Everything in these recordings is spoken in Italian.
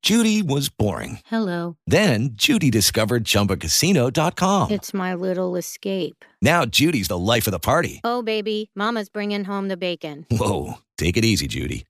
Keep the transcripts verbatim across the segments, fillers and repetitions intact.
Judy was boring. Hello. Then Judy discovered Chumba Casino dot com. It's my little escape. Now Judy's the life of the party. Oh, baby, mama's bringing home the bacon. Whoa, take it easy, Judy.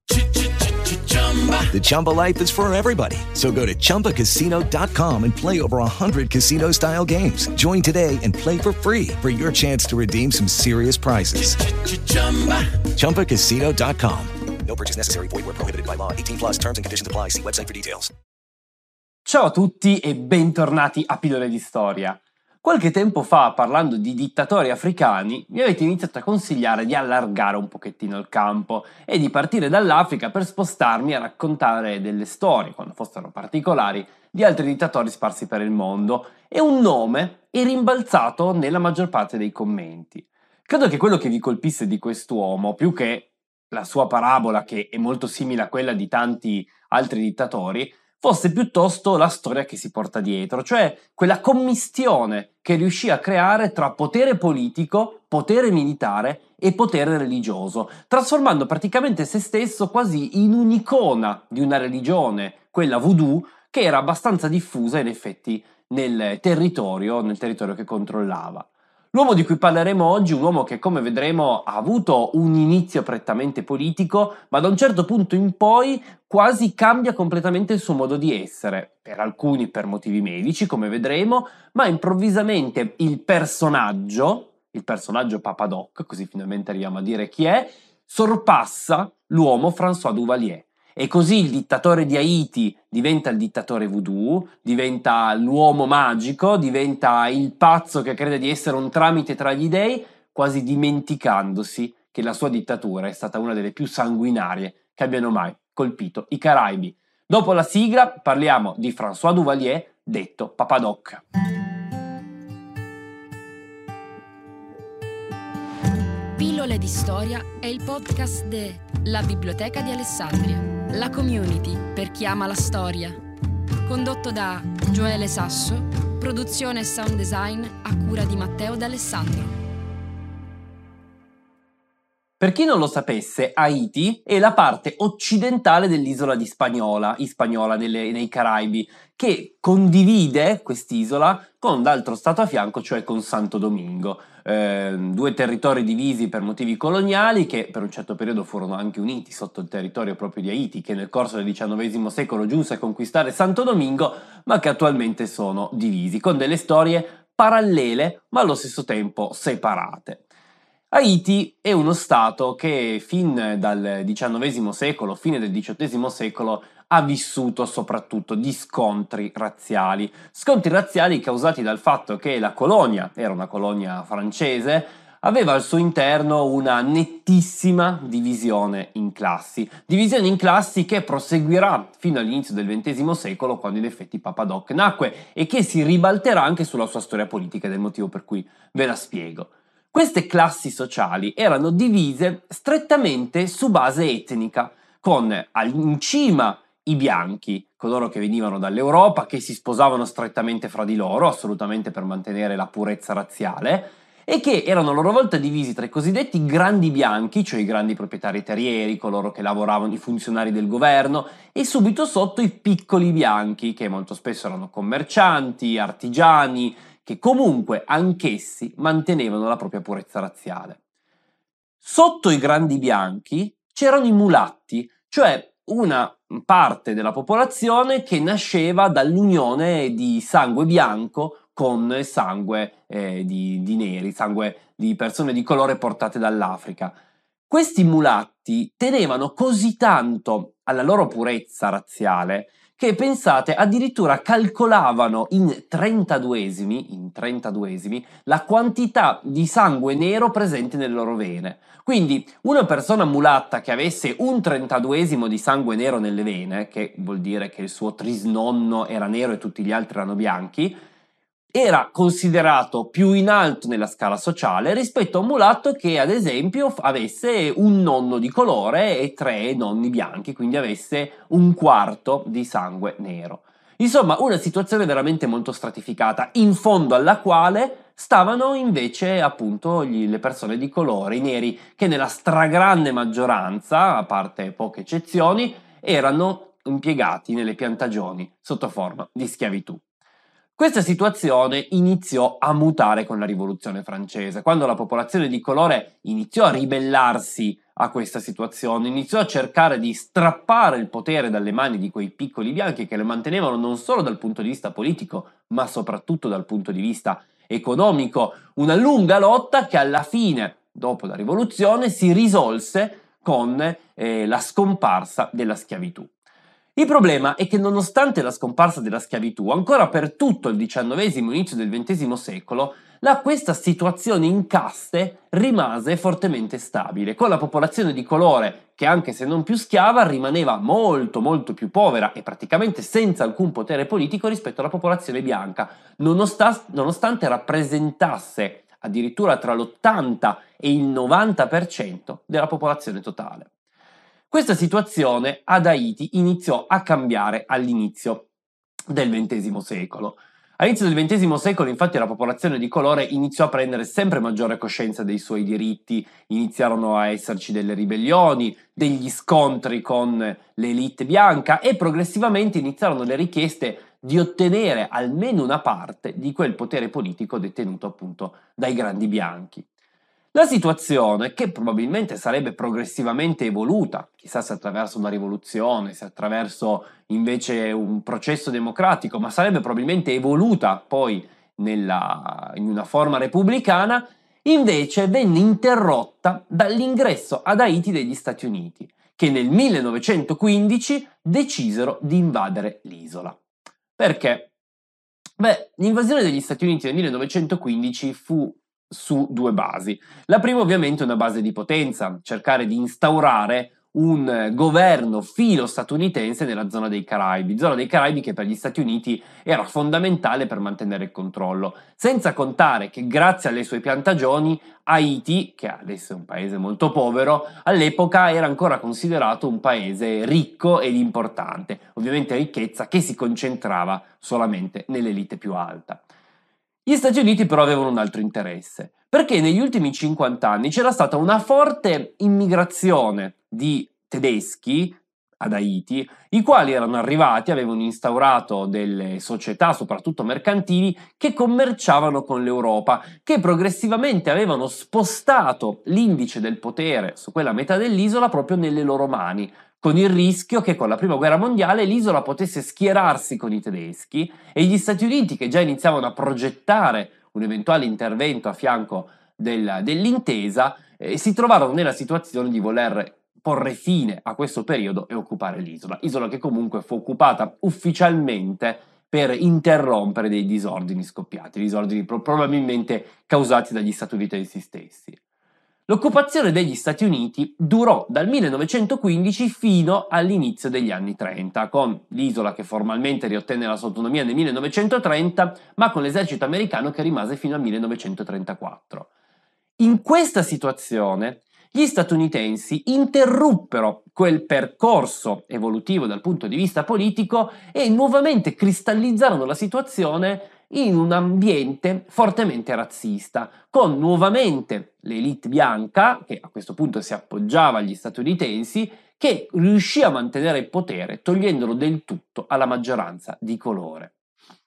The Chumba life is for everybody. So go to Chumba Casino dot com and play over one hundred casino-style games. Join today and play for free for your chance to redeem some serious prizes. Chumba Casino dot com. No purchase necessary. Void where prohibited by law. eighteen plus terms and conditions apply. See website for details. Ciao a tutti e bentornati a Pillole di Storia. Qualche tempo fa, parlando di dittatori africani, mi avete iniziato a consigliare di allargare un pochettino il campo e di partire dall'Africa per spostarmi a raccontare delle storie, quando fossero particolari, di altri dittatori sparsi per il mondo, e un nome è rimbalzato nella maggior parte dei commenti. Credo che quello che vi colpisse di quest'uomo, più che la sua parabola, che è molto simile a quella di tanti altri dittatori, fosse piuttosto la storia che si porta dietro, cioè quella commistione che riuscì a creare tra potere politico, potere militare e potere religioso, trasformando praticamente se stesso quasi in un'icona di una religione, quella voodoo, che era abbastanza diffusa in effetti nel territorio, nel territorio che controllava. L'uomo di cui parleremo oggi è un uomo che, come vedremo, ha avuto un inizio prettamente politico, ma da un certo punto in poi quasi cambia completamente il suo modo di essere, per alcuni per motivi medici, come vedremo, ma improvvisamente il personaggio, il personaggio Papa Doc, così finalmente arriviamo a dire chi è, sorpassa l'uomo François Duvalier. E così il dittatore di Haiti diventa il dittatore voodoo, diventa l'uomo magico, diventa il pazzo che crede di essere un tramite tra gli dei, quasi dimenticandosi che la sua dittatura è stata una delle più sanguinarie che abbiano mai colpito i Caraibi. Dopo la sigla parliamo di François Duvalier, detto Papa Doc. Pillole di Storia è il podcast de La Biblioteca di Alessandria, la community per chi ama la storia. Condotto da Gioele Sasso, produzione e sound design a cura di Matteo D'Alessandro. Per chi non lo sapesse, Haiti è la parte occidentale dell'isola di Hispaniola, Hispaniola nelle, nei Caraibi, che condivide quest'isola con l'altro stato a fianco, cioè con Santo Domingo. Eh, due territori divisi per motivi coloniali che per un certo periodo furono anche uniti sotto il territorio proprio di Haiti, che nel corso del diciannovesimo secolo giunse a conquistare Santo Domingo, ma che attualmente sono divisi, con delle storie parallele ma allo stesso tempo separate. Haiti è uno stato che fin dal diciannovesimo secolo, fine del diciottesimo secolo, ha vissuto soprattutto di scontri razziali. Scontri razziali causati dal fatto che la colonia, era una colonia francese, aveva al suo interno una nettissima divisione in classi. Divisione in classi che proseguirà fino all'inizio del ventesimo secolo, quando in effetti Papa Doc nacque, e che si ribalterà anche sulla sua storia politica, ed è il motivo per cui ve la spiego. Queste classi sociali erano divise strettamente su base etnica, con in cima i bianchi, coloro che venivano dall'Europa, che si sposavano strettamente fra di loro, assolutamente per mantenere la purezza razziale, e che erano a loro volta divisi tra i cosiddetti grandi bianchi, cioè i grandi proprietari terrieri, coloro che lavoravano, i funzionari del governo, e subito sotto i piccoli bianchi, che molto spesso erano commercianti, artigiani, che comunque anch'essi mantenevano la propria purezza razziale. Sotto i grandi bianchi c'erano i mulatti, cioè una parte della popolazione che nasceva dall'unione di sangue bianco con sangue eh, di, di neri, sangue di persone di colore portate dall'Africa. Questi mulatti tenevano così tanto alla loro purezza razziale che, pensate, addirittura calcolavano in trentaduesimi, in trentaduesimi la quantità di sangue nero presente nelle loro vene. Quindi una persona mulatta che avesse un trentaduesimo di sangue nero nelle vene, che vuol dire che il suo trisnonno era nero e tutti gli altri erano bianchi, era considerato più in alto nella scala sociale rispetto a un mulatto che, ad esempio, avesse un nonno di colore e tre nonni bianchi, quindi avesse un quarto di sangue nero. Insomma, una situazione veramente molto stratificata, in fondo alla quale stavano invece appunto gli, le persone di colore, i neri, che nella stragrande maggioranza, a parte poche eccezioni, erano impiegati nelle piantagioni sotto forma di schiavitù. Questa situazione iniziò a mutare con la Rivoluzione francese, quando la popolazione di colore iniziò a ribellarsi a questa situazione, iniziò a cercare di strappare il potere dalle mani di quei piccoli bianchi che le mantenevano non solo dal punto di vista politico, ma soprattutto dal punto di vista economico. Una lunga lotta che alla fine, dopo la Rivoluzione, si risolse con eh, la scomparsa della schiavitù. Il problema è che nonostante la scomparsa della schiavitù, ancora per tutto il diciannovesimo e inizio del ventesimo secolo, la, questa situazione in caste rimase fortemente stabile, con la popolazione di colore che, anche se non più schiava, rimaneva molto molto più povera e praticamente senza alcun potere politico rispetto alla popolazione bianca, nonostas- nonostante rappresentasse addirittura tra l'ottanta e il novanta per cento della popolazione totale. Questa situazione ad Haiti iniziò a cambiare all'inizio del ventesimo secolo. All'inizio del ventesimo secolo, infatti, la popolazione di colore iniziò a prendere sempre maggiore coscienza dei suoi diritti, iniziarono a esserci delle ribellioni, degli scontri con l'élite bianca e progressivamente iniziarono le richieste di ottenere almeno una parte di quel potere politico detenuto appunto dai grandi bianchi. La situazione, che probabilmente sarebbe progressivamente evoluta, chissà se attraverso una rivoluzione, se attraverso invece un processo democratico, ma sarebbe probabilmente evoluta poi nella, in una forma repubblicana, invece venne interrotta dall'ingresso ad Haiti degli Stati Uniti, che nel millenovecentoquindici decisero di invadere l'isola. Perché? Beh, l'invasione degli Stati Uniti nel millenovecentoquindici fu su due basi. La prima ovviamente è una base di potenza, cercare di instaurare un governo filo statunitense nella zona dei Caraibi, zona dei Caraibi che per gli Stati Uniti era fondamentale per mantenere il controllo, senza contare che grazie alle sue piantagioni Haiti, che adesso è un paese molto povero, all'epoca era ancora considerato un paese ricco ed importante, ovviamente ricchezza che si concentrava solamente nell'elite più alta. Gli Stati Uniti però avevano un altro interesse, perché negli ultimi cinquanta anni c'era stata una forte immigrazione di tedeschi ad Haiti, i quali erano arrivati, avevano instaurato delle società, soprattutto mercantili, che commerciavano con l'Europa, che progressivamente avevano spostato l'indice del potere su quella metà dell'isola proprio nelle loro mani, con il rischio che con la prima guerra mondiale l'isola potesse schierarsi con i tedeschi e gli Stati Uniti, che già iniziavano a progettare un eventuale intervento a fianco del, dell'intesa, eh, si trovarono nella situazione di voler porre fine a questo periodo e occupare l'isola, isola che comunque fu occupata ufficialmente per interrompere dei disordini scoppiati, disordini pro- probabilmente causati dagli statunitensi stessi. L'occupazione degli Stati Uniti durò dal millenovecentoquindici fino all'inizio degli anni trenta, con l'isola che formalmente riottenne la sua autonomia nel millenovecentotrenta, ma con l'esercito americano che rimase fino al millenovecentotrentaquattro. In questa situazione gli statunitensi interruppero quel percorso evolutivo dal punto di vista politico e nuovamente cristallizzarono la situazione in un ambiente fortemente razzista, con nuovamente l'élite bianca, che a questo punto si appoggiava agli statunitensi, che riuscì a mantenere il potere, togliendolo del tutto alla maggioranza di colore.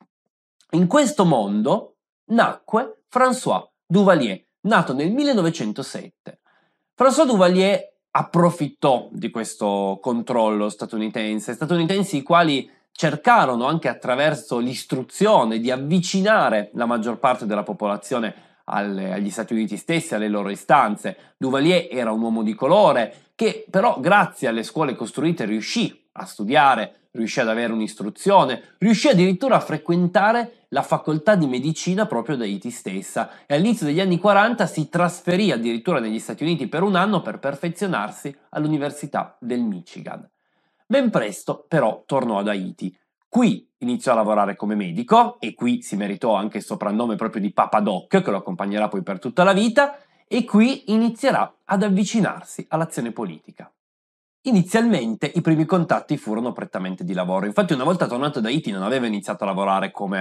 In questo mondo nacque François Duvalier, nato nel millenovecentosette. François Duvalier approfittò di questo controllo statunitense, statunitensi i quali cercarono anche attraverso l'istruzione di avvicinare la maggior parte della popolazione alle, agli Stati Uniti stessi, alle loro istanze. Duvalier era un uomo di colore che però grazie alle scuole costruite riuscì a studiare, riuscì ad avere un'istruzione, riuscì addirittura a frequentare la facoltà di medicina proprio da Haiti stessa e all'inizio degli anni quaranta si trasferì addirittura negli Stati Uniti per un anno per perfezionarsi all'Università del Michigan. Ben presto però tornò ad Haiti. Qui iniziò a lavorare come medico e qui si meritò anche il soprannome proprio di Papa Doc, che lo accompagnerà poi per tutta la vita, e qui inizierà ad avvicinarsi all'azione politica. Inizialmente i primi contatti furono prettamente di lavoro, infatti una volta tornato da Haiti non aveva iniziato a lavorare come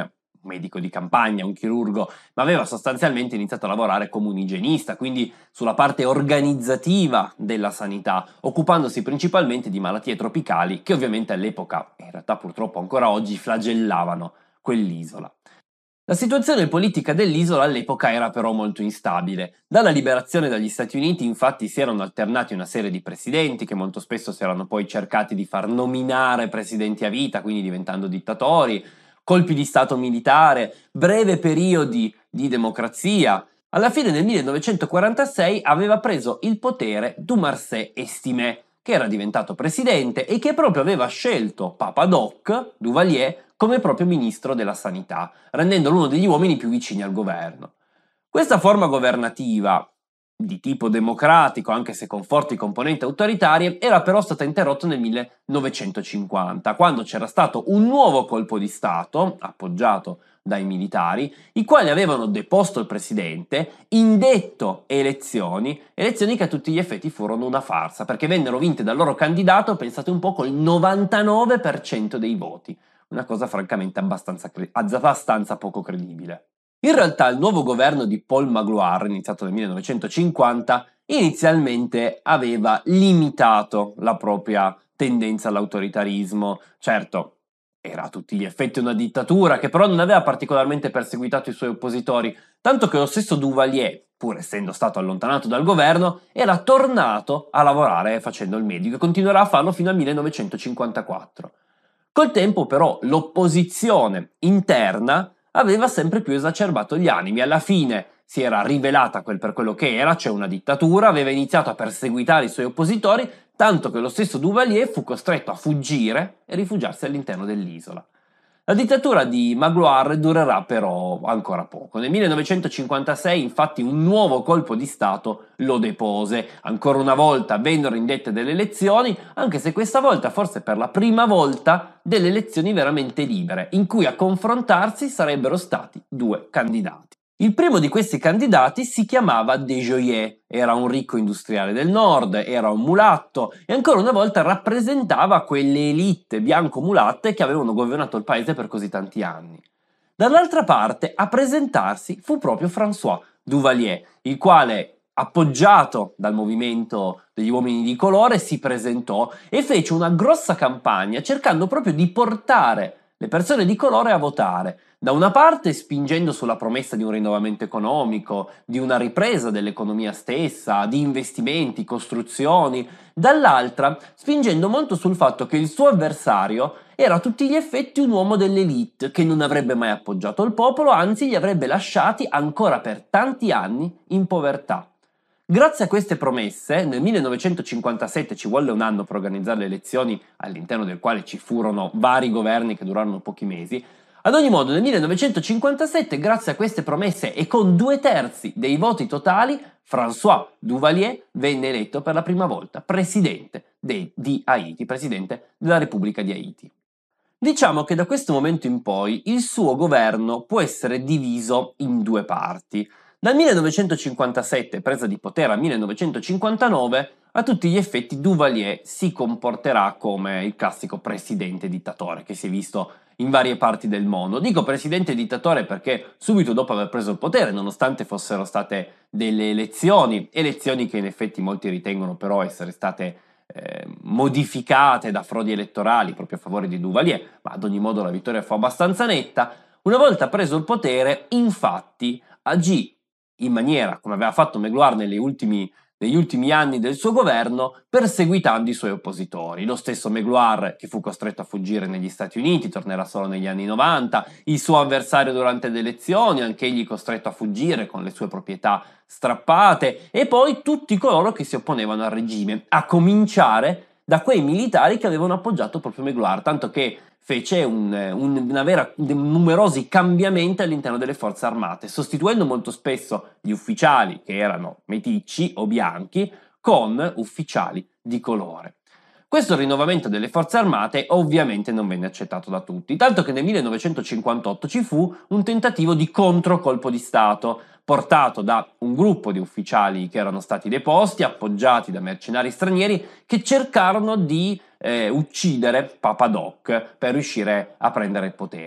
un medico di campagna, un chirurgo, ma aveva sostanzialmente iniziato a lavorare come un igienista, quindi sulla parte organizzativa della sanità, occupandosi principalmente di malattie tropicali che ovviamente all'epoca, e in realtà purtroppo ancora oggi, flagellavano quell'isola. La situazione politica dell'isola all'epoca era però molto instabile. Dalla liberazione dagli Stati Uniti infatti si erano alternati una serie di presidenti che molto spesso si erano poi cercati di far nominare presidenti a vita, quindi diventando dittatori, colpi di stato militare, breve periodi di democrazia. Alla fine del millenovecentoquarantasei aveva preso il potere Dumarsais Estimé, che era diventato presidente e che proprio aveva scelto Papa Doc Duvalier come proprio ministro della sanità, rendendolo uno degli uomini più vicini al governo. Questa forma governativa, di tipo democratico, anche se con forti componenti autoritarie, era però stata interrotta nel millenovecentocinquanta, quando c'era stato un nuovo colpo di Stato, appoggiato dai militari, i quali avevano deposto il presidente, indetto elezioni, elezioni che a tutti gli effetti furono una farsa, perché vennero vinte dal loro candidato, pensate un po', col novantanove per cento dei voti. Una cosa francamente abbastanza, cre- abbastanza poco credibile. In realtà il nuovo governo di Paul Magloire, iniziato nel millenovecentocinquanta, inizialmente aveva limitato la propria tendenza all'autoritarismo. Certo, era a tutti gli effetti una dittatura che però non aveva particolarmente perseguitato i suoi oppositori, tanto che lo stesso Duvalier, pur essendo stato allontanato dal governo, era tornato a lavorare facendo il medico e continuerà a farlo fino al millenovecentocinquantaquattro. Col tempo però l'opposizione interna aveva sempre più esacerbato gli animi, alla fine si era rivelata quel per quello che era, cioè una dittatura, aveva iniziato a perseguitare i suoi oppositori, tanto che lo stesso Duvalier fu costretto a fuggire e rifugiarsi all'interno dell'isola. La dittatura di Magloire durerà però ancora poco. Nel millenovecentocinquantasei infatti un nuovo colpo di Stato lo depose. Ancora una volta vennero indette delle elezioni, anche se questa volta forse per la prima volta delle elezioni veramente libere, in cui a confrontarsi sarebbero stati due candidati. Il primo di questi candidati si chiamava Desjoyers, era un ricco industriale del nord, era un mulatto e ancora una volta rappresentava quelle elite bianco-mulatte che avevano governato il paese per così tanti anni. Dall'altra parte a presentarsi fu proprio François Duvalier, il quale, appoggiato dal movimento degli uomini di colore, si presentò e fece una grossa campagna cercando proprio di portare le persone di colore a votare, da una parte spingendo sulla promessa di un rinnovamento economico, di una ripresa dell'economia stessa, di investimenti, costruzioni, dall'altra spingendo molto sul fatto che il suo avversario era a tutti gli effetti un uomo dell'elite che non avrebbe mai appoggiato il popolo, anzi li avrebbe lasciati ancora per tanti anni in povertà. Grazie a queste promesse, nel millenovecentocinquantasette ci volle un anno per organizzare le elezioni, all'interno del quale ci furono vari governi che durarono pochi mesi. Ad ogni modo, nel millenovecentocinquantasette, grazie a queste promesse e con due terzi dei voti totali, François Duvalier venne eletto per la prima volta presidente de- di Haiti, presidente della Repubblica di Haiti. Diciamo che da questo momento in poi il suo governo può essere diviso in due parti. Dal millenovecentocinquantasette, presa di potere al millenovecentocinquantanove, a tutti gli effetti Duvalier si comporterà come il classico presidente dittatore che si è visto in varie parti del mondo. Dico presidente dittatore perché subito dopo aver preso il potere, nonostante fossero state delle elezioni, elezioni che in effetti molti ritengono però essere state eh, modificate da frodi elettorali proprio a favore di Duvalier, ma ad ogni modo la vittoria fu abbastanza netta, una volta preso il potere, infatti, agì in maniera, come aveva fatto Magloire negli ultimi, negli ultimi anni del suo governo, perseguitando i suoi oppositori. Lo stesso Magloire, che fu costretto a fuggire negli Stati Uniti, tornerà solo negli anni novanta, il suo avversario durante le elezioni, anch'egli costretto a fuggire con le sue proprietà strappate, e poi tutti coloro che si opponevano al regime, a cominciare da quei militari che avevano appoggiato proprio Magloire, tanto che fece un, un, una vera, numerosi cambiamenti all'interno delle forze armate, sostituendo molto spesso gli ufficiali che erano meticci o bianchi con ufficiali di colore. Questo rinnovamento delle forze armate ovviamente non venne accettato da tutti, tanto che nel millenovecentocinquantotto ci fu un tentativo di controcolpo di Stato, portato da un gruppo di ufficiali che erano stati deposti, appoggiati da mercenari stranieri, che cercarono di eh, uccidere Papa Doc per riuscire a prendere il potere.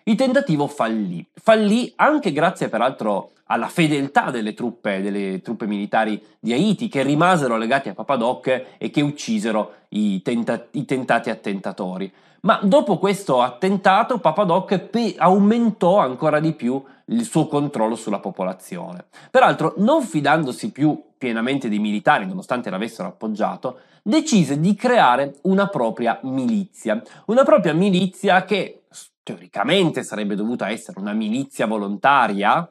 Il tentativo fallì, fallì anche grazie peraltro alla fedeltà delle truppe, delle truppe militari di Haiti che rimasero legati a Papa Doc e che uccisero i, tenta- i tentati attentatori. Ma dopo questo attentato Papa Doc pe- aumentò ancora di più il suo controllo sulla popolazione. Peraltro, non fidandosi più pienamente dei militari, nonostante l'avessero appoggiato, decise di creare una propria milizia. Una propria milizia che teoricamente sarebbe dovuta essere una milizia volontaria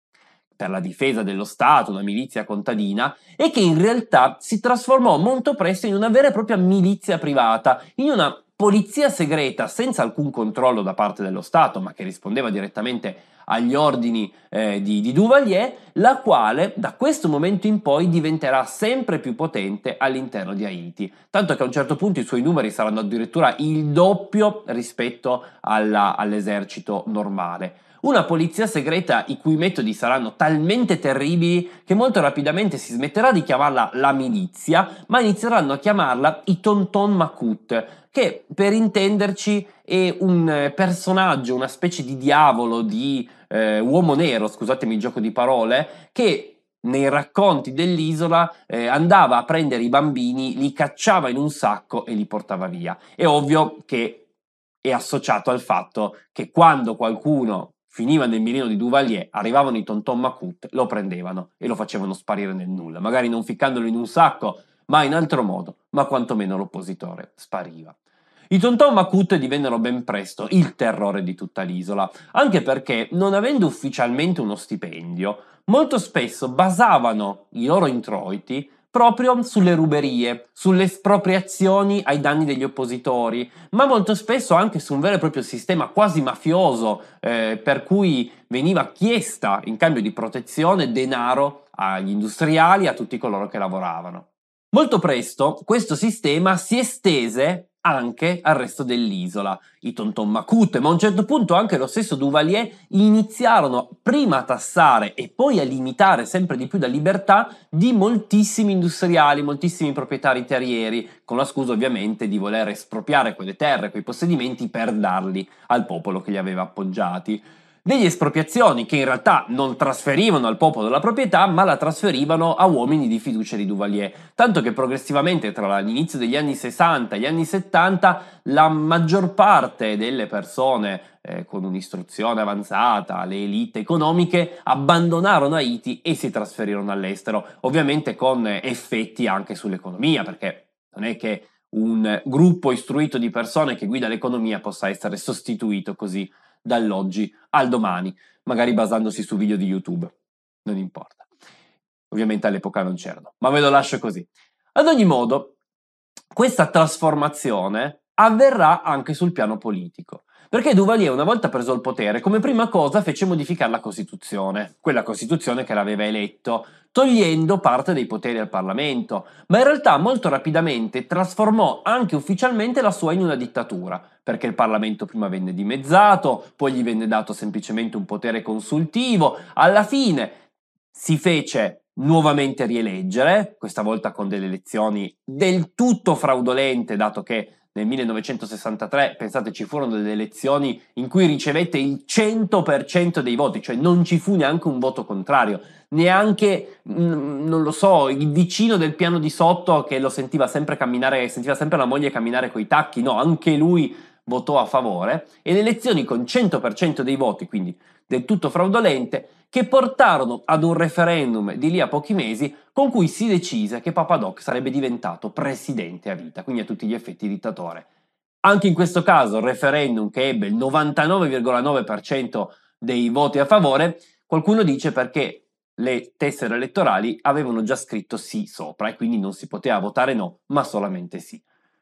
per la difesa dello Stato, una milizia contadina, e che in realtà si trasformò molto presto in una vera e propria milizia privata, in una polizia segreta senza alcun controllo da parte dello Stato, ma che rispondeva direttamente agli ordini eh, di, di Duvalier, la quale da questo momento in poi diventerà sempre più potente all'interno di Haiti, tanto che a un certo punto i suoi numeri saranno addirittura il doppio rispetto alla, all'esercito normale. Una polizia segreta i cui metodi saranno talmente terribili che molto rapidamente si smetterà di chiamarla la milizia, ma inizieranno a chiamarla i Tonton Macoute, che per intenderci è un personaggio, una specie di diavolo, di eh, uomo nero, scusatemi il gioco di parole, che nei racconti dell'isola eh, andava a prendere i bambini, li cacciava in un sacco e li portava via. È ovvio che è associato al fatto che quando qualcuno finiva nel mirino di Duvalier, arrivavano i Tonton Macoute, lo prendevano e lo facevano sparire nel nulla, magari non ficcandolo in un sacco, ma in altro modo, ma quantomeno l'oppositore spariva. I Tonton Macoute divennero ben presto il terrore di tutta l'isola, anche perché, non avendo ufficialmente uno stipendio, molto spesso basavano i loro introiti proprio sulle ruberie, sulle espropriazioni ai danni degli oppositori, ma molto spesso anche su un vero e proprio sistema quasi mafioso, eh, per cui veniva chiesta in cambio di protezione denaro agli industriali, a tutti coloro che lavoravano. Molto presto questo sistema si estese anche al resto dell'isola. I Tonton Macoute, ma a un certo punto anche lo stesso Duvalier, iniziarono prima a tassare e poi a limitare sempre di più la libertà di moltissimi industriali, moltissimi proprietari terrieri, con la scusa ovviamente di voler espropriare quelle terre, quei possedimenti per darli al popolo che li aveva appoggiati. Degli espropriazioni che in realtà non trasferivano al popolo la proprietà, ma la trasferivano a uomini di fiducia di Duvalier, tanto che progressivamente tra l'inizio degli anni sessanta e gli anni settanta la maggior parte delle persone eh, con un'istruzione avanzata, le elite economiche, abbandonarono Haiti e si trasferirono all'estero, ovviamente con effetti anche sull'economia, perché non è che un gruppo istruito di persone che guida l'economia possa essere sostituito così dall'oggi al domani, magari basandosi su video di YouTube, non importa. Ovviamente all'epoca non c'erano, ma ve lo lascio così. Ad ogni modo, questa trasformazione avverrà anche sul piano politico, perché Duvalier, una volta preso il potere, come prima cosa fece modificare la Costituzione, quella Costituzione che l'aveva eletto, togliendo parte dei poteri al Parlamento, ma in realtà molto rapidamente trasformò anche ufficialmente la sua in una dittatura, perché il Parlamento prima venne dimezzato, poi gli venne dato semplicemente un potere consultivo, alla fine si fece nuovamente rieleggere, questa volta con delle elezioni del tutto fraudolente, dato che nel millenovecentosessantatré, pensate, ci furono delle elezioni in cui ricevette il cento per cento dei voti, cioè non ci fu neanche un voto contrario, neanche, non lo so, il vicino del piano di sotto che lo sentiva sempre camminare, sentiva sempre la moglie camminare coi tacchi, no, anche lui votò a favore, e le elezioni con cento per cento dei voti, quindi del tutto fraudolente, che portarono ad un referendum di lì a pochi mesi con cui si decise che Papa Doc sarebbe diventato presidente a vita, quindi a tutti gli effetti dittatore. Anche in questo caso il referendum che ebbe il novantanove virgola nove per cento dei voti a favore, qualcuno dice perché le tessere elettorali avevano già scritto sì sopra e quindi non si poteva votare no, ma solamente sì.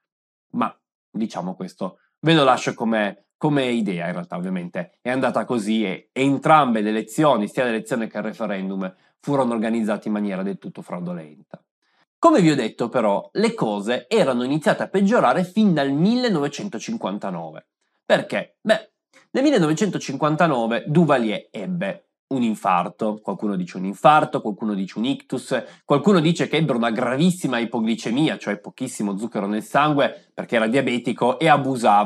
Ma diciamo questo, ve lo lascio come come idea, in realtà ovviamente è andata così e, e entrambe le elezioni, sia l'elezione che il referendum, furono organizzate in maniera del tutto fraudolenta. Come vi ho detto però, le cose erano iniziate a peggiorare fin dal millenovecentocinquantanove. Perché? Beh, nel millenovecentocinquantanove Duvalier ebbe un infarto, qualcuno dice un infarto, qualcuno dice un ictus, qualcuno dice che ebbe una gravissima ipoglicemia, cioè pochissimo zucchero nel sangue perché era diabetico e abusava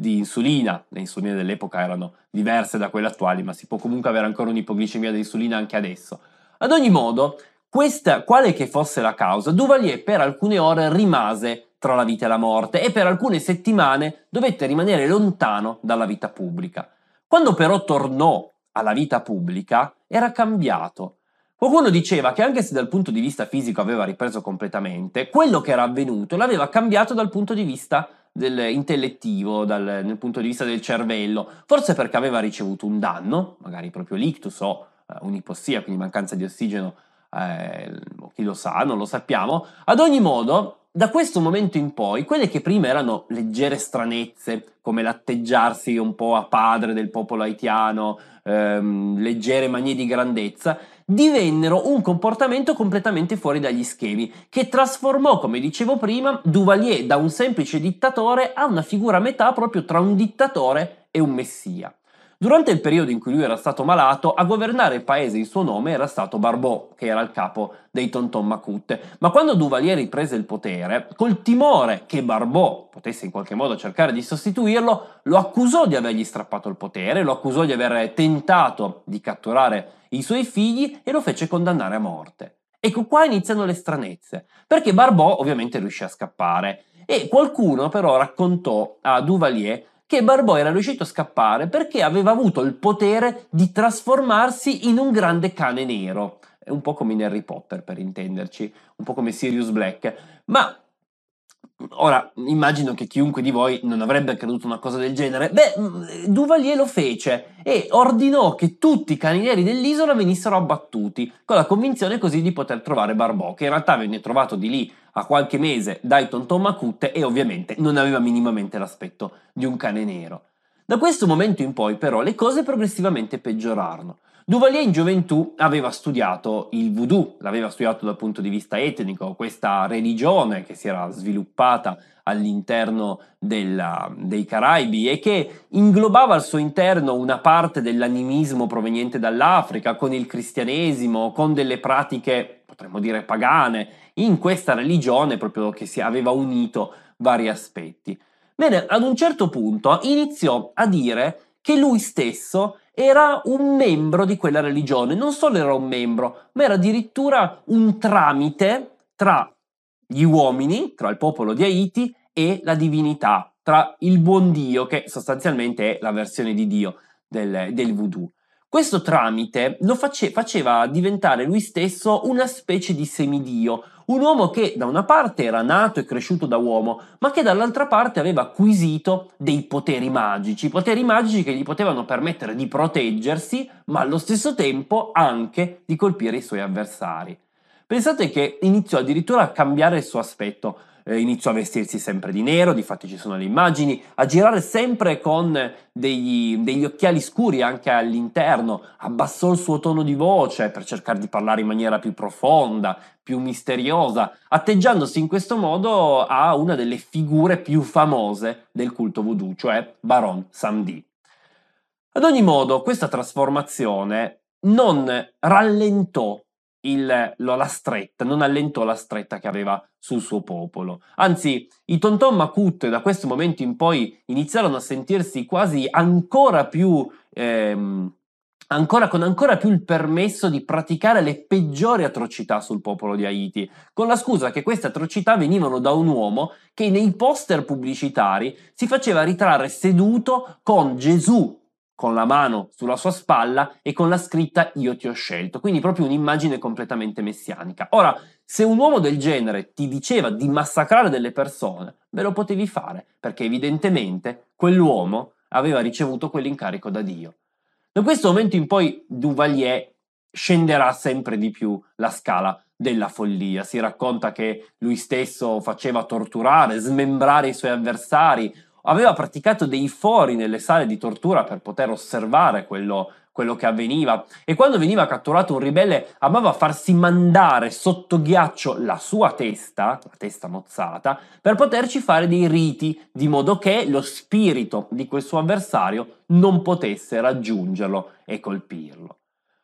di insulina. Le insuline dell'epoca erano diverse da quelle attuali, ma si può comunque avere ancora un'ipoglicemia da insulina anche adesso. Ad ogni modo, questa, quale che fosse la causa, Duvalier per alcune ore rimase tra la vita e la morte e per alcune settimane dovette rimanere lontano dalla vita pubblica. Quando però tornò alla vita pubblica era cambiato. Qualcuno diceva che anche se dal punto di vista fisico aveva ripreso completamente, quello che era avvenuto l'aveva cambiato dal punto di vista del intellettivo, dal, nel punto di vista del cervello, forse perché aveva ricevuto un danno, magari proprio l'ictus o eh, un'ipossia, quindi mancanza di ossigeno, eh, chi lo sa, non lo sappiamo. Ad ogni modo, da questo momento in poi, quelle che prima erano leggere stranezze, come l'atteggiarsi un po' a padre del popolo haitiano, ehm, leggere manie di grandezza, divennero un comportamento completamente fuori dagli schemi, che trasformò, come dicevo prima, Duvalier da un semplice dittatore a una figura a metà proprio tra un dittatore e un messia. Durante il periodo in cui lui era stato malato, a governare il paese in suo nome era stato Barbeau, che era il capo dei Tonton Macoute. Ma quando Duvalier riprese il potere, col timore che Barbeau potesse in qualche modo cercare di sostituirlo, lo accusò di avergli strappato il potere, lo accusò di aver tentato di catturare i suoi figli e lo fece condannare a morte. Ecco qua iniziano le stranezze, perché Barbeau ovviamente riuscì a scappare e qualcuno però raccontò a Duvalier che Barbeau era riuscito a scappare perché aveva avuto il potere di trasformarsi in un grande cane nero. È un po' come in Harry Potter, per intenderci, un po' come Sirius Black. Ma ora immagino che chiunque di voi non avrebbe creduto una cosa del genere. Beh, Duvalier lo fece e ordinò che tutti i cani neri dell'isola venissero abbattuti, con la convinzione così di poter trovare Barbeau, che in realtà venne trovato di lì a qualche mese dai Tonton Macoute e ovviamente non aveva minimamente l'aspetto di un cane nero. Da questo momento in poi però le cose progressivamente peggiorarono. Duvalier in gioventù aveva studiato il voodoo, l'aveva studiato dal punto di vista etnico, questa religione che si era sviluppata all'interno della, dei Caraibi e che inglobava al suo interno una parte dell'animismo proveniente dall'Africa, con il cristianesimo, con delle pratiche, potremmo dire pagane, in questa religione proprio che si aveva unito vari aspetti. Bene, ad un certo punto iniziò a dire che lui stesso era un membro di quella religione, non solo era un membro, ma era addirittura un tramite tra gli uomini, tra il popolo di Haiti e la divinità, tra il buon Dio, che sostanzialmente è la versione di Dio del, del voodoo. Questo tramite lo face, faceva diventare lui stesso una specie di semidio, un uomo che da una parte era nato e cresciuto da uomo, ma che dall'altra parte aveva acquisito dei poteri magici, poteri magici che gli potevano permettere di proteggersi, ma allo stesso tempo anche di colpire i suoi avversari. Pensate che iniziò addirittura a cambiare il suo aspetto. Eh, iniziò a vestirsi sempre di nero, difatti ci sono le immagini, a girare sempre con degli, degli occhiali scuri anche all'interno, abbassò il suo tono di voce per cercare di parlare in maniera più profonda, più misteriosa, atteggiandosi in questo modo a una delle figure più famose del culto voodoo, cioè Baron Samedi. Ad ogni modo, questa trasformazione non rallentò Il, la stretta, non allentò la stretta che aveva sul suo popolo. Anzi, i Tonton Macoute da questo momento in poi iniziarono a sentirsi quasi ancora più, ehm, ancora, con ancora più il permesso di praticare le peggiori atrocità sul popolo di Haiti, con la scusa che queste atrocità venivano da un uomo che nei poster pubblicitari si faceva ritrarre seduto con Gesù con la mano sulla sua spalla e con la scritta "Io ti ho scelto", quindi proprio un'immagine completamente messianica. Ora, se un uomo del genere ti diceva di massacrare delle persone, ve lo potevi fare, perché evidentemente quell'uomo aveva ricevuto quell'incarico da Dio. Da questo momento in poi Duvalier scenderà sempre di più la scala della follia. Si racconta che lui stesso faceva torturare, smembrare i suoi avversari, aveva praticato dei fori nelle sale di tortura per poter osservare quello, quello che avveniva e quando veniva catturato un ribelle amava farsi mandare sotto ghiaccio la sua testa, la testa mozzata, per poterci fare dei riti di modo che lo spirito di quel suo avversario non potesse raggiungerlo e colpirlo.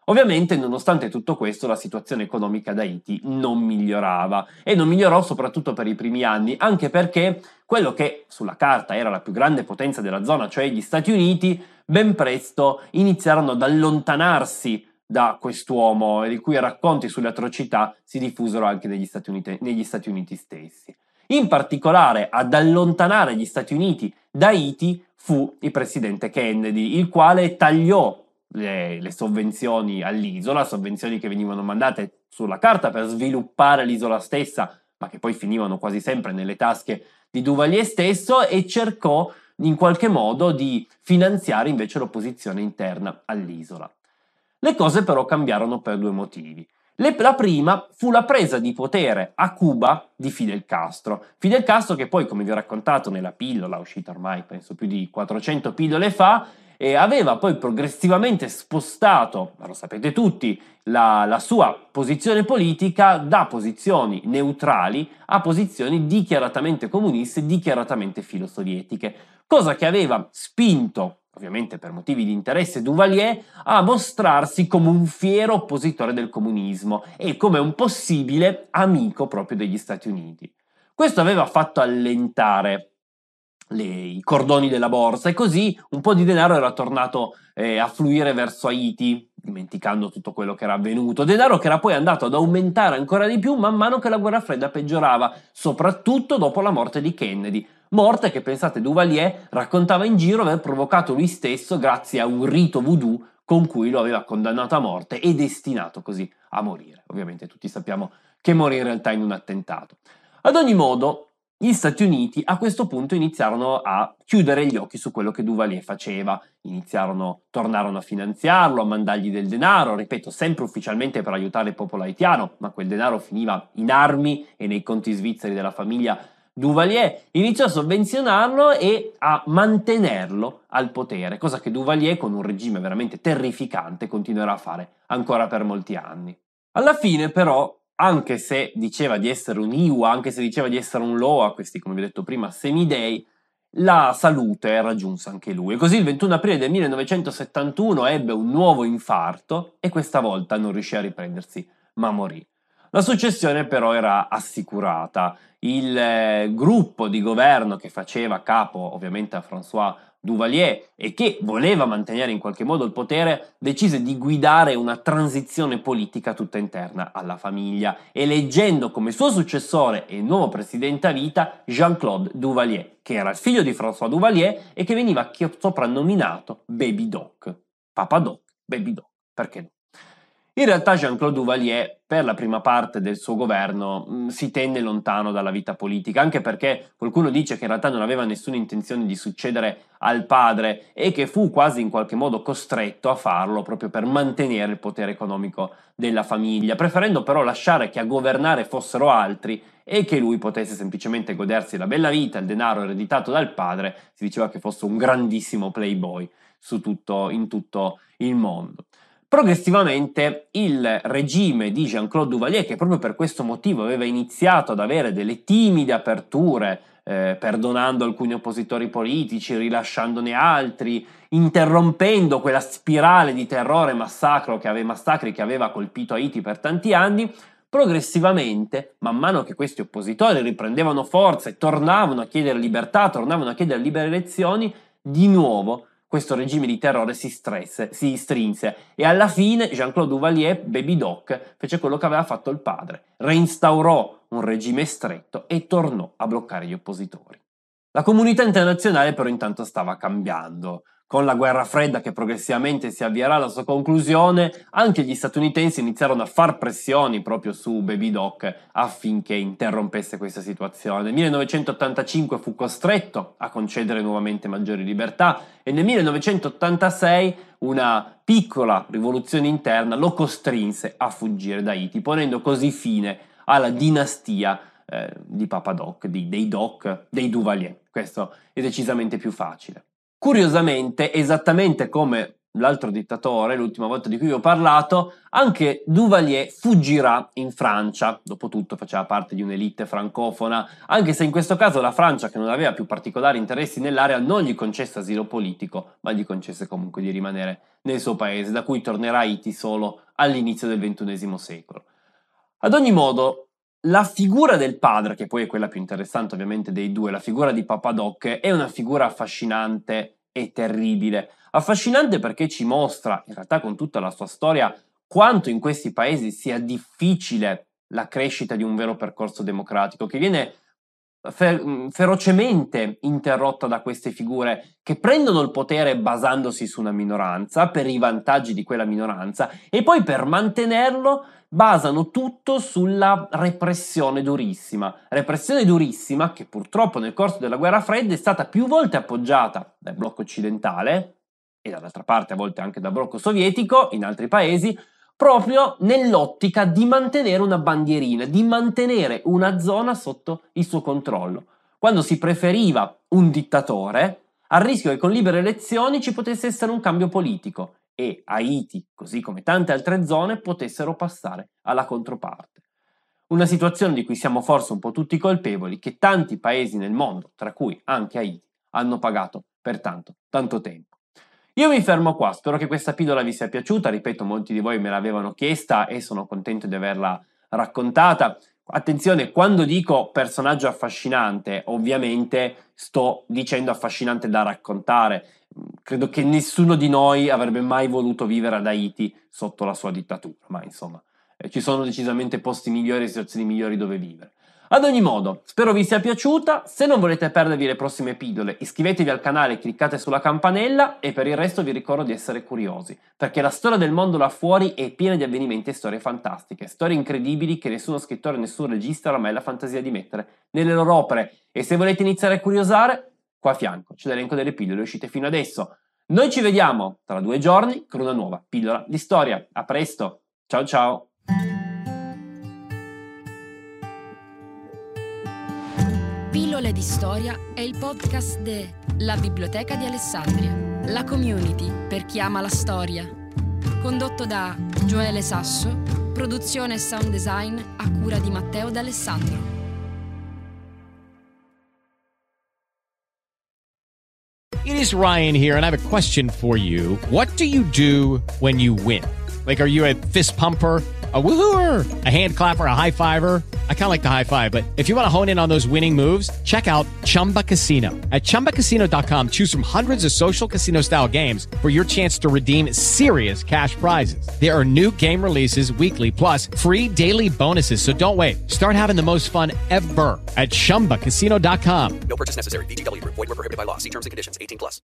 Ovviamente, nonostante tutto questo, la situazione economica ad Haiti non migliorava e non migliorò soprattutto per i primi anni, anche perché quello che sulla carta era la più grande potenza della zona, cioè gli Stati Uniti, ben presto iniziarono ad allontanarsi da quest'uomo, i cui racconti sulle atrocità si diffusero anche negli Stati Uniti, negli Stati Uniti stessi. In particolare, ad allontanare gli Stati Uniti da Haiti fu il presidente Kennedy, il quale tagliò le, le sovvenzioni all'isola, sovvenzioni che venivano mandate sulla carta per sviluppare l'isola stessa, ma che poi finivano quasi sempre nelle tasche di Duvalier stesso, e cercò in qualche modo di finanziare invece l'opposizione interna all'isola. Le cose però cambiarono per due motivi. Le, la prima fu la presa di potere a Cuba di Fidel Castro. Fidel Castro, che poi, come vi ho raccontato nella pillola, uscita ormai penso più di quattrocento pillole fa, e aveva poi progressivamente spostato, ma lo sapete tutti, la, la sua posizione politica da posizioni neutrali a posizioni dichiaratamente comuniste e dichiaratamente filosovietiche, cosa che aveva spinto, ovviamente per motivi di interesse, Duvalier a mostrarsi come un fiero oppositore del comunismo e come un possibile amico proprio degli Stati Uniti. Questo aveva fatto allentare Le, i cordoni della borsa, e così un po' di denaro era tornato eh, a fluire verso Haiti, dimenticando tutto quello che era avvenuto, denaro che era poi andato ad aumentare ancora di più man mano che la guerra fredda peggiorava, soprattutto dopo la morte di Kennedy, morte che, pensate, Duvalier raccontava in giro aver provocato lui stesso grazie a un rito voodoo con cui lo aveva condannato a morte e destinato così a morire. Ovviamente tutti sappiamo che morì in realtà in un attentato. Ad ogni modo, gli Stati Uniti a questo punto iniziarono a chiudere gli occhi su quello che Duvalier faceva, iniziarono, tornarono a finanziarlo, a mandargli del denaro, ripeto, sempre ufficialmente per aiutare il popolo haitiano, ma quel denaro finiva in armi e nei conti svizzeri della famiglia Duvalier. Iniziò a sovvenzionarlo e a mantenerlo al potere, cosa che Duvalier, con un regime veramente terrificante, continuerà a fare ancora per molti anni. Alla fine però, anche se diceva di essere un Iwa, anche se diceva di essere un Loa, questi, come vi ho detto prima, semidei, la salute raggiunse anche lui. E così il ventuno aprile del millenovecentosettantuno ebbe un nuovo infarto e questa volta non riuscì a riprendersi, ma morì. La successione però era assicurata. Il eh, gruppo di governo che faceva capo ovviamente a François Duvalier e che voleva mantenere in qualche modo il potere, decise di guidare una transizione politica tutta interna alla famiglia, eleggendo come suo successore e nuovo presidente a vita Jean-Claude Duvalier, che era il figlio di François Duvalier e che veniva soprannominato Baby Doc. Papa Doc, Baby Doc, perché no? In realtà Jean-Claude Duvalier, per la prima parte del suo governo, mh, si tenne lontano dalla vita politica, anche perché qualcuno dice che in realtà non aveva nessuna intenzione di succedere al padre e che fu quasi in qualche modo costretto a farlo proprio per mantenere il potere economico della famiglia, preferendo però lasciare che a governare fossero altri e che lui potesse semplicemente godersi la bella vita, il denaro ereditato dal padre. Si diceva che fosse un grandissimo playboy su tutto, in tutto il mondo. Progressivamente il regime di Jean-Claude Duvalier, che proprio per questo motivo aveva iniziato ad avere delle timide aperture, eh, perdonando alcuni oppositori politici, rilasciandone altri, interrompendo quella spirale di terrore e massacro che aveva, massacri che aveva colpito Haiti per tanti anni, progressivamente, man mano che questi oppositori riprendevano forza e tornavano a chiedere libertà, tornavano a chiedere libere elezioni, di nuovo questo regime di terrore si, stresse, si strinse e alla fine Jean-Claude Duvalier, Baby Doc, fece quello che aveva fatto il padre, reinstaurò un regime stretto e tornò a bloccare gli oppositori. La comunità internazionale però intanto stava cambiando. Con la guerra fredda che progressivamente si avvierà alla sua conclusione, anche gli statunitensi iniziarono a far pressioni proprio su Baby Doc affinché interrompesse questa situazione. Nel millenovecentottantacinque fu costretto a concedere nuovamente maggiori libertà e nel millenovecentottantasei una piccola rivoluzione interna lo costrinse a fuggire da Haiti, ponendo così fine alla dinastia eh, di Papa Doc, di, dei Doc, dei Duvalier. Questo è decisamente più facile. Curiosamente, esattamente come l'altro dittatore, l'ultima volta di cui vi ho parlato, anche Duvalier fuggirà in Francia. Dopotutto faceva parte di un'elite francofona, anche se in questo caso la Francia, che non aveva più particolari interessi nell'area, non gli concesse asilo politico, ma gli concesse comunque di rimanere nel suo paese, da cui tornerà a Haiti solo all'inizio del ventunesimo secolo. Ad ogni modo, la figura del padre, che poi è quella più interessante ovviamente dei due, la figura di Papa Doc, è una figura affascinante e terribile. Affascinante perché ci mostra, in realtà con tutta la sua storia, quanto in questi paesi sia difficile la crescita di un vero percorso democratico, che viene fe- ferocemente interrotta da queste figure che prendono il potere basandosi su una minoranza, per i vantaggi di quella minoranza, e poi per mantenerlo basano tutto sulla repressione durissima. Repressione durissima che purtroppo nel corso della guerra fredda è stata più volte appoggiata dal blocco occidentale e dall'altra parte a volte anche dal blocco sovietico in altri paesi, proprio nell'ottica di mantenere una bandierina, di mantenere una zona sotto il suo controllo. Quando si preferiva un dittatore, a rischio che con libere elezioni ci potesse essere un cambio politico e Haiti, così come tante altre zone, potessero passare alla controparte. Una situazione di cui siamo forse un po' tutti colpevoli, che tanti paesi nel mondo, tra cui anche Haiti, hanno pagato per tanto, tanto tempo. Io mi fermo qua, spero che questa pillola vi sia piaciuta, ripeto, molti di voi me l'avevano chiesta e sono contento di averla raccontata. Attenzione, quando dico personaggio affascinante, ovviamente sto dicendo affascinante da raccontare. Credo che nessuno di noi avrebbe mai voluto vivere ad Haiti sotto la sua dittatura, ma insomma, eh, ci sono decisamente posti migliori e situazioni migliori dove vivere. Ad ogni modo, spero vi sia piaciuta. Se non volete perdervi le prossime pillole, iscrivetevi al canale e cliccate sulla campanella, e per il resto vi ricordo di essere curiosi, perché la storia del mondo là fuori è piena di avvenimenti e storie fantastiche, storie incredibili che nessuno scrittore e nessun regista avrà mai la fantasia di mettere nelle loro opere. E se volete iniziare a curiosare, qua a fianco c'è l'elenco delle pillole uscite fino adesso. Noi ci vediamo tra due giorni con una nuova pillola di storia. A presto, ciao ciao! Pillole di storia è il podcast de La Biblioteca di Alessandria, la community per chi ama la storia. Condotto da Gioele Sasso, produzione e sound design a cura di Matteo D'Alessandro. It is Ryan here, and I have a question for you. What do you do when you win? Like, are you a fist pumper, a woohooer, a hand clapper, a high fiver? I kind of like the high five, but if you want to hone in on those winning moves, check out Chumba Casino. At chumba casino dot com, choose from hundreds of social casino style games for your chance to redeem serious cash prizes. There are new game releases weekly, plus free daily bonuses. So don't wait. Start having the most fun ever at chumba casino dot com. No purchase necessary. V G W Group. Void where prohibited by law. See terms and conditions. eighteen plus.